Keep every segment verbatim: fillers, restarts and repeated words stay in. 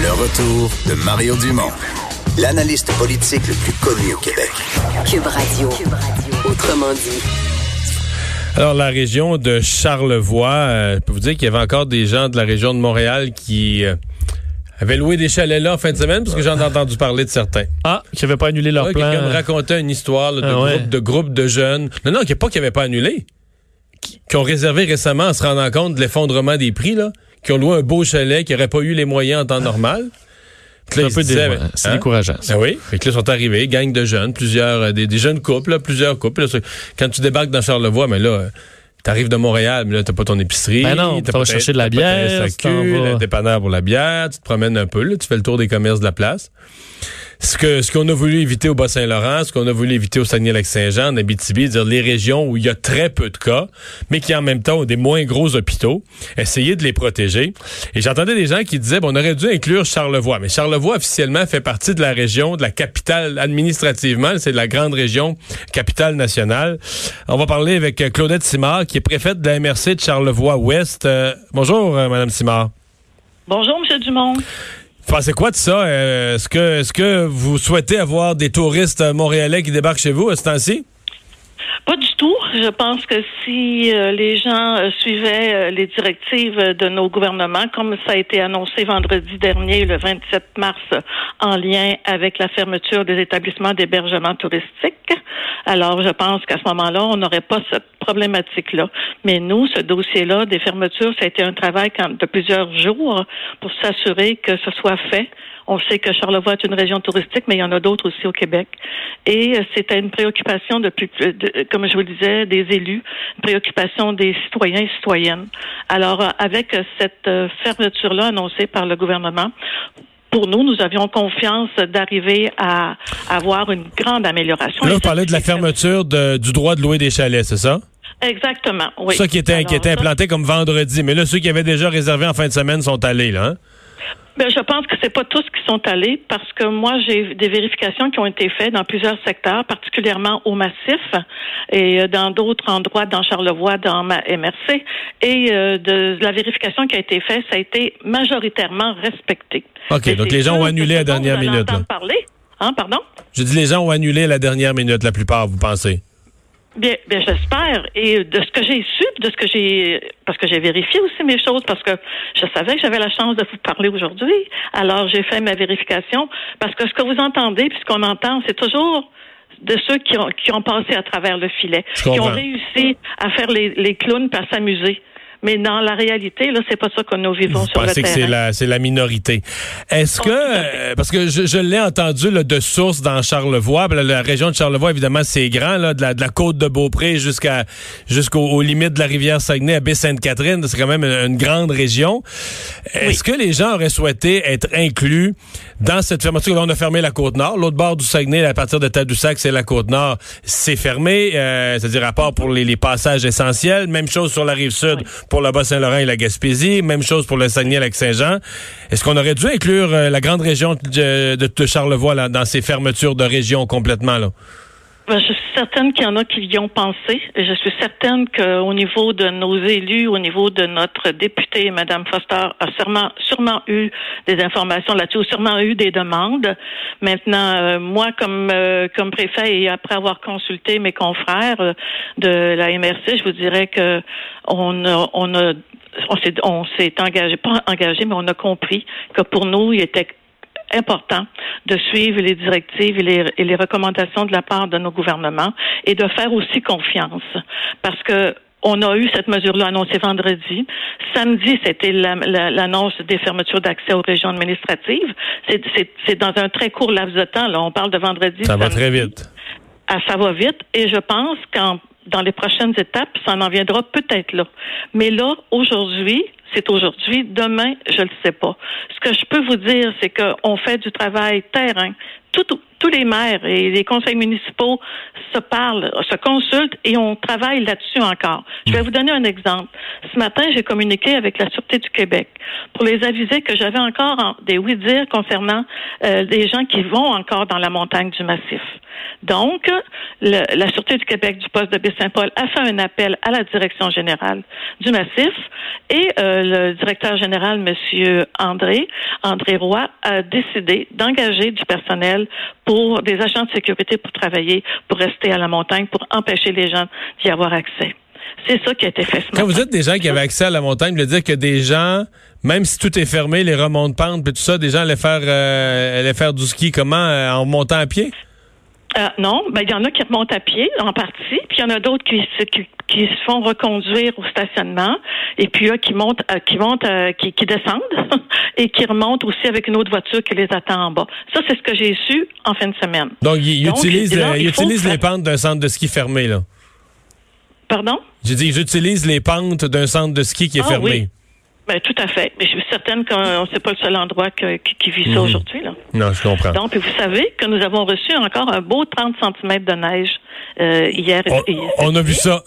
Le retour de Mario Dumont, l'analyste politique le plus connu au Québec. Cube Radio. Cube Radio. Autrement dit. Alors, la région de Charlevoix, euh, je peux vous dire qu'il y avait encore des gens de la région de Montréal qui euh, avaient loué des chalets là en fin de semaine, parce que j'en ai entendu parler de certains. Ah, qui n'avaient pas annulé leur ouais, plan. Quelqu'un me racontait une histoire là, de, ah, groupe, ouais. de groupe de jeunes. Non, non, qui pas qu'ils n'avaient pas annulé. Qui, qui ont réservé récemment en se rendant compte de l'effondrement des prix, là. Qui ont loué un beau chalet, qui n'auraient pas eu les moyens en temps normal. C'est un peu disaient, dé- ben, c'est hein? décourageant. Ça. Ben oui. Fait que là, sont arrivés, gang de jeunes, plusieurs, euh, des, des jeunes couples, là, plusieurs couples. Là, quand tu débarques dans Charlevoix, mais là, euh, t'arrives de Montréal, mais là, t'as pas ton épicerie. Ben non, t'as tu vas chercher de la bière, S A Q, le dépanneur pour la bière, tu te promènes un peu, là, tu fais le tour des commerces de la place. Ce que ce qu'on a voulu éviter au Bas-Saint-Laurent, ce qu'on a voulu éviter au Saguenay-Lac-Saint-Jean, en Abitibi, dire les régions où il y a très peu de cas, mais qui en même temps ont des moins gros hôpitaux, essayer de les protéger. Et j'entendais des gens qui disaient, bon, on aurait dû inclure Charlevoix, mais Charlevoix officiellement fait partie de la région, de la capitale administrativement, c'est de la grande région, capitale nationale. On va parler avec Claudette Simard, qui est préfète de la M R C de Charlevoix-Ouest. Euh, bonjour, euh, Madame Simard. Bonjour, M. Dumont. Vous pensez quoi de ça? Euh, est-ce que est-ce que vous souhaitez avoir des touristes montréalais qui débarquent chez vous à ce temps-ci? Pas du tout. Je pense que si euh, les gens euh, suivaient euh, les directives de nos gouvernements, comme ça a été annoncé vendredi dernier, le vingt-sept mars, en lien avec la fermeture des établissements d'hébergement touristique, alors je pense qu'à ce moment-là, on n'aurait pas cette problématique-là. Mais nous, ce dossier-là, des fermetures, ça a été un travail quand, de plusieurs jours pour s'assurer que ce soit fait. On sait que Charlevoix est une région touristique, mais il y en a d'autres aussi au Québec. Et euh, c'était une préoccupation depuis, de, comme je vous le disais, des élus, une préoccupation des citoyens et citoyennes. Alors, euh, avec euh, cette euh, fermeture-là annoncée par le gouvernement, pour nous, nous avions confiance d'arriver à avoir une grande amélioration. Là, vous parlez de la fermeture de, du droit de louer des chalets, c'est ça? Exactement, oui. Ça qui était, Alors, qui était implanté ça, comme vendredi. Mais là, ceux qui avaient déjà réservé en fin de semaine sont allés, là, hein? Ben, je pense que c'est pas tous qui sont allés parce que moi, j'ai des vérifications qui ont été faites dans plusieurs secteurs, particulièrement au Massif et dans d'autres endroits dans Charlevoix, dans ma M R C. Et euh, de la vérification qui a été faite, ça a été majoritairement respecté. OK, Mais donc les gens ont annulé à la dernière minute. Là. Parler. Hein, pardon? Je dis les gens ont annulé à la dernière minute, la plupart, vous pensez? Bien, bien j'espère. Et de ce que j'ai su, de ce que j'ai... Parce que j'ai vérifié aussi mes choses, parce que je savais que j'avais la chance de vous parler aujourd'hui. Alors, j'ai fait ma vérification. Parce que ce que vous entendez, puis ce qu'on entend, c'est toujours de ceux qui ont, qui ont passé à travers le filet, qui ont réussi à faire les, les clowns et à s'amuser. Mais dans la réalité, là, c'est pas ça que nous vivons Vous sur le terrain. Vous pensez que c'est la, c'est la minorité. Est-ce que, euh, parce que je, je l'ai entendu là, de sources dans Charlevoix, la, la région de Charlevoix, évidemment, c'est grand, là, de la, de la côte de Beaupré jusqu'à jusqu'aux aux limites de la rivière Saguenay à Baie-Sainte-Catherine, c'est quand même une, une grande région. Est-ce oui. que les gens auraient souhaité être inclus dans cette fermeture? Là, on a fermé la Côte-Nord. L'autre bord du Saguenay, à partir de Tadoussac, c'est la Côte-Nord, c'est fermé, euh, c'est-à-dire à part pour les, les passages essentiels. Même chose sur la Rive-Sud. Oui. Pour le Bas-Saint-Laurent et la Gaspésie, même chose pour le Saguenay-Lac-Saint-Jean. Est-ce qu'on aurait dû inclure euh, la grande région de, de, de Charlevoix là, dans ces fermetures de région complètement, là? Ben, je suis certaine qu'il y en a qui y ont pensé. Je suis certaine qu'au niveau de nos élus, au niveau de notre députée, Mme Foster, a sûrement, sûrement eu des informations là-dessus, ou sûrement eu des demandes. Maintenant, euh, moi, comme euh, comme préfet, et après avoir consulté mes confrères euh, de la M R C, je vous dirais que on a, on a, on s'est, on s'est engagé, pas engagé, mais on a compris que pour nous, il était important de suivre les directives et les, et les recommandations de la part de nos gouvernements et de faire aussi confiance. Parce que on a eu cette mesure-là annoncée vendredi. Samedi, c'était la, la, l'annonce des fermetures d'accès aux régions administratives. C'est, c'est, c'est dans un très court laps de temps. Là, on parle de vendredi. Ça samedi. va très vite. Ah, ça va vite. Et je pense qu'en dans les prochaines étapes, ça en viendra peut-être là. Mais là, aujourd'hui, c'est aujourd'hui. Demain, je ne le sais pas. Ce que je peux vous dire, c'est qu'on fait du travail terrain tout, tous les maires et les conseils municipaux se parlent, se consultent et on travaille là-dessus encore. Je vais vous donner un exemple. Ce matin, j'ai communiqué avec la Sûreté du Québec pour les aviser que j'avais encore en, des oui-dire concernant euh, des gens qui vont encore dans la montagne du Massif. Donc, le, la Sûreté du Québec du poste de Baie-Saint-Paul a fait un appel à la direction générale du Massif et euh, le directeur général, M. André, André Roy, a décidé d'engager du personnel pour des agents de sécurité pour travailler, pour rester à la montagne, pour empêcher les gens d'y avoir accès. C'est ça qui a été fait ce matin. Quand vous dites des gens qui avaient accès à la montagne, vous voulez dire que des gens, même si tout est fermé, les remontes-pentes puis tout ça, des gens allaient faire, euh, allaient faire du ski comment, euh, en montant à pied? Euh, non, ben il y en a qui remontent à pied en partie, puis il y en a d'autres qui, qui, qui se font reconduire au stationnement, et puis là qui montent, euh, qui montent, euh, qui, qui descendent et qui remontent aussi avec une autre voiture qui les attend en bas. Ça, c'est ce que j'ai su en fin de semaine. Donc, ils Donc, utilisent, là, euh, ils il faut utilisent faire... les pentes d'un centre de ski fermé, là. Pardon? J'ai dit, ils utilisent les pentes d'un centre de ski qui est ah, fermé. Oui. Ben, tout à fait. Mais je suis certaine qu'on c'est pas le seul endroit que, qui, qui vit ça Mm-hmm. aujourd'hui, là. Non, je comprends. Donc, puis vous savez que nous avons reçu encore un beau trente centimètres de neige euh, hier. On, et, on a vu ça.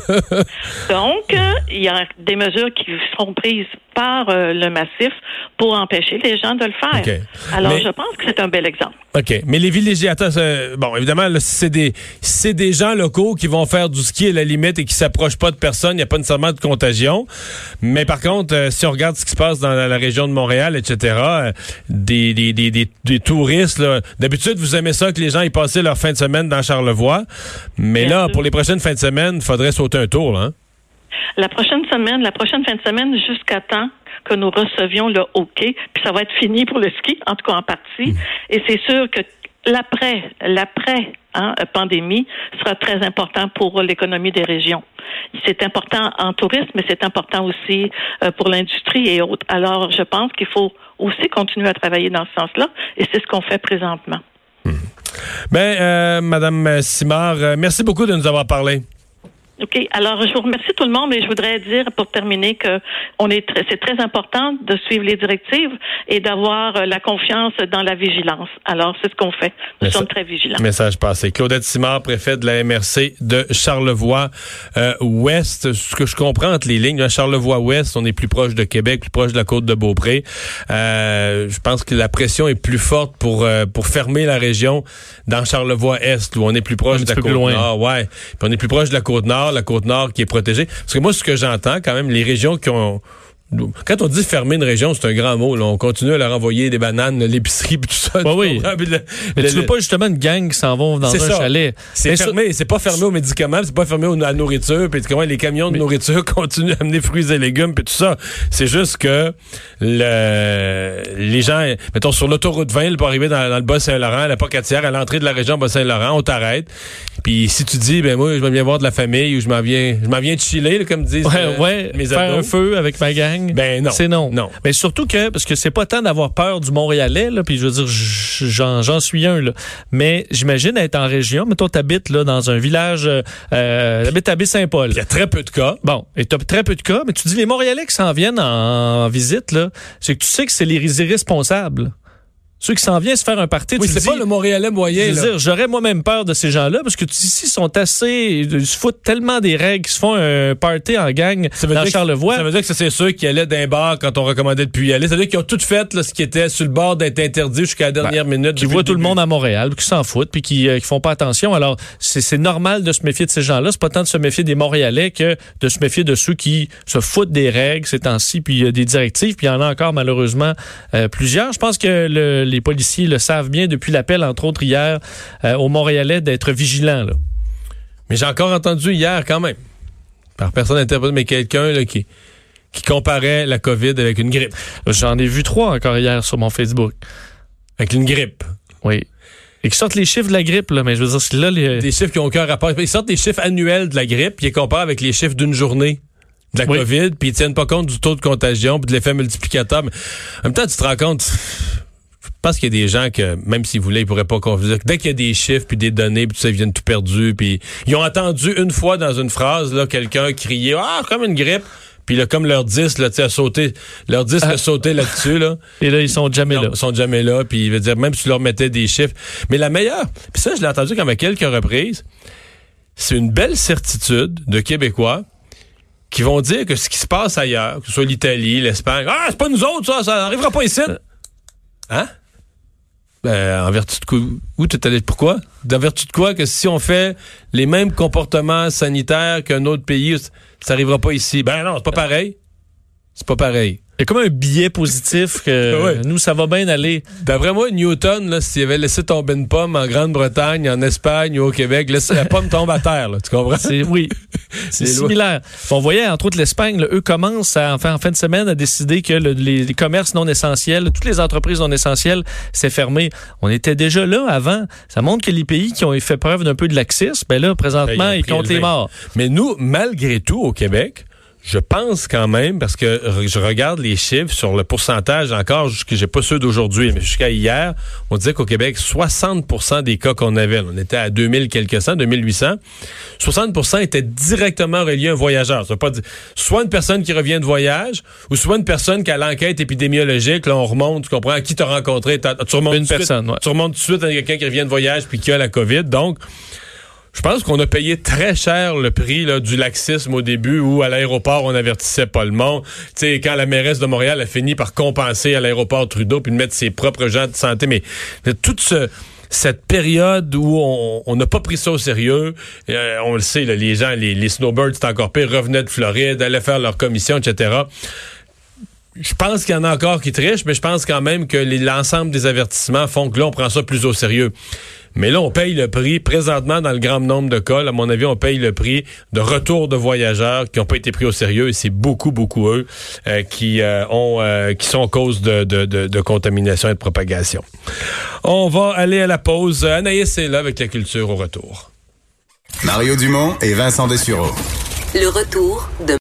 Donc, euh, il y a des mesures qui seront prises par euh, le massif pour empêcher les gens de le faire. Okay. Alors, Mais... je pense que c'est un bel exemple. OK. Mais les villégiateurs, bon, évidemment, là, si c'est des, si c'est des gens locaux qui vont faire du ski à la limite et qui s'approchent pas de personne, il n'y a pas nécessairement de contagion. Mais par contre, euh, si on regarde ce qui se passe dans la, la région de Montréal, et cetera, euh, des, des, des, des, des touristes, là, d'habitude, vous aimez ça que les gens y passent leur fin de semaine dans Charlevoix. Mais Bien là, sûr. Pour les prochaines fins de semaine, il faudrait sauter un tour, là, hein? La prochaine semaine, la prochaine fin de semaine, jusqu'à temps que nous recevions le OK, puis ça va être fini pour le ski, en tout cas en partie. Mmh. Et c'est sûr que l'après, l'après hein, pandémie sera très important pour l'économie des régions. C'est important en tourisme, mais c'est important aussi euh, pour l'industrie et autres. Alors, je pense qu'il faut aussi continuer à travailler dans ce sens-là, et c'est ce qu'on fait présentement. Mmh. Ben, euh, Madame Simard, euh, merci beaucoup de nous avoir parlé. OK. Alors, je vous remercie tout le monde, mais je voudrais dire, pour terminer, que on est très, c'est très important de suivre les directives et d'avoir la confiance dans la vigilance. Alors, c'est ce qu'on fait. Nous Messa- sommes très vigilants. Message passé. Claudette Simard, préfète de la M R C de Charlevoix-Ouest. Euh, ce que je comprends entre les lignes, à Charlevoix-Ouest, on est plus proche de Québec, plus proche de la côte de Beaupré. Euh, je pense que la pression est plus forte pour euh, pour fermer la région dans Charlevoix-Est, où on est plus proche de la côte nord. Ouais. Puis on est plus proche de la côte nord. La Côte-Nord qui est protégée. Parce que moi, ce que j'entends, quand même, les régions qui ont... Quand on dit fermer une région, c'est un grand mot. Là. On continue à leur envoyer des bananes, l'épicerie, tout ça. Bah oui. Le, mais le, tu veux pas justement une gang qui s'en vont dans un ça. chalet. C'est mais fermé. Ça... C'est pas fermé aux médicaments, c'est pas fermé à la nourriture. Puis comment les camions de mais... nourriture continuent à amener fruits et légumes, puis tout ça. C'est juste que le, les gens, mettons sur l'autoroute vingt, là, pour arriver dans, dans le Bas-Saint-Laurent, à la Pocatière, à l'entrée de la région Bas-Saint-Laurent, on t'arrête. Puis si tu dis, ben moi, je m'en viens voir de la famille ou je m'en viens, je m'en viens de chiller, là, comme disent ouais, euh, ouais, mes faire ados. Un feu avec ma gang. Ben non. C'est non. Non. Mais surtout que, parce que c'est pas tant d'avoir peur du Montréalais, là, puis je veux dire, j'en, j'en suis un, là. Mais j'imagine être en région, mettons, t'habites, là, dans un village, euh, t'habites à Baie-Saint-Paul. Il y a très peu de cas. Bon. Et t'as très peu de cas, mais tu dis, les Montréalais qui s'en viennent en, en visite, là, c'est que tu sais que c'est les irresponsables. Ceux qui s'en viennent se faire un party, oui, tu c'est dis, pas le Montréalais moyen. Je veux dire, j'aurais moi-même peur de ces gens-là parce que tu dis, ici, ils sont assez, ils se foutent tellement des règles, qu'ils se font un party en gang dans Charlevoix. Ça veut dire que c'est ceux qui allaient d'un bar quand on recommandait de plus y aller. Ça veut dire qu'ils ont tout fait là, ce qui était sur le bord d'être interdit jusqu'à la dernière ben, minute. Qui voient tout le monde à Montréal, qui s'en foutent, puis qui, euh, qui font pas attention. Alors, c'est, c'est normal de se méfier de ces gens-là. C'est pas tant de se méfier des Montréalais que de se méfier de ceux qui se foutent des règles ces temps-ci, puis euh, des directives. Puis il y en a encore malheureusement euh, plusieurs. Je pense que le, les policiers le savent bien depuis l'appel, entre autres hier, euh, aux Montréalais d'être vigilants. Là. Mais j'ai encore entendu hier, quand même, par personne interpellée, mais quelqu'un là, qui, qui comparait la COVID avec une grippe. J'en ai vu trois encore hier sur mon Facebook. Avec une grippe? Oui. Et qui sortent les chiffres de la grippe, là, mais je veux dire, c'est là les... Des chiffres qui n'ont aucun rapport. Ils sortent des chiffres annuels de la grippe, puis ils comparent avec les chiffres d'une journée de la oui. COVID, puis ils tiennent pas compte du taux de contagion, puis de l'effet multiplicateur. Mais en même temps, tu te rends compte... Je pense qu'il y a des gens que, même s'ils voulaient, ils pourraient pas confuser. Dès qu'il y a des chiffres puis des données, puis tout ça, ils viennent tout perdus. Puis ils ont entendu une fois dans une phrase là quelqu'un crier « Ah, comme une grippe », Puis là, comme leur disque, là, tu sais, a sauté, leur disque Ah. a sauté là-dessus, là. Et là, ils sont jamais Non, là. Ils sont jamais là, puis il veut dire, même si tu leur mettais des chiffres. Mais la meilleure, puis ça, je l'ai entendu comme à quelques reprises, c'est une belle certitude de Québécois qui vont dire que ce qui se passe ailleurs, que ce soit l'Italie, l'Espagne, ah, c'est pas nous autres, ça, ça n'arrivera pas ici. Hein? Ben, en vertu de quoi? Où t'es allé? Pourquoi? En vertu de quoi que si on fait les mêmes comportements sanitaires qu'un autre pays, ça n'arrivera pas ici? Ben non, c'est pas pareil. C'est pas pareil. Il y a comme un biais positif que Ouais. nous, ça va bien aller. D'après moi, Newton, là, s'il avait laissé tomber une pomme en Grande-Bretagne, en Espagne ou au Québec, laisse la pomme tombe à terre, là, tu comprends? C'est, oui, c'est Les lois. similaire. On voyait, entre autres, l'Espagne, là, eux commencent à, en fin, en fin de semaine à décider que le- les, les commerces non essentiels, toutes les entreprises non essentielles, c'est fermé. On était déjà là avant. Ça montre que les pays qui ont fait preuve d'un peu de laxisme, ben là, présentement, Ben, ils comptent les élevé. morts. Mais nous, malgré tout, au Québec, je pense quand même, parce que je regarde les chiffres sur le pourcentage encore, que j'ai pas ceux d'aujourd'hui, mais jusqu'à hier, on disait qu'au Québec, soixante pour cent des cas qu'on avait, on était à deux mille quelques cents, deux mille huit cents, soixante pour cent étaient directement reliés à un voyageur. Ça veut pas dire, soit une personne qui revient de voyage, ou soit une personne qui a l'enquête épidémiologique, là, on remonte, tu comprends, à qui t'as rencontré, t'as- tu remontes Une tout de suite- personne, ouais. tu remontes tout de suite à quelqu'un qui revient de voyage puis qui a la COVID, donc, je pense qu'on a payé très cher le prix là, du laxisme au début où à l'aéroport on avertissait pas le monde. Tu sais, quand la mairesse de Montréal a fini par compenser à l'aéroport Trudeau puis de mettre ses propres gens de santé, mais toute ce cette période où on on n'a pas pris ça au sérieux, euh, on le sait, là, les gens, les, les snowbirds, c'est encore pire, revenaient de Floride, allaient faire leur commission, et cetera. Je pense qu'il y en a encore qui trichent, mais je pense quand même que les- l'ensemble des avertissements font que là, on prend ça plus au sérieux. Mais là, on paye le prix, présentement, dans le grand nombre de cas, là, à mon avis, on paye le prix de retour de voyageurs qui n'ont pas été pris au sérieux, et c'est beaucoup, beaucoup eux euh, qui euh, ont euh, qui sont cause de, de, de, de contamination et de propagation. On va aller à la pause. Anaïs est là avec la culture au retour. Mario Dumont et Vincent Dessureau. Le retour de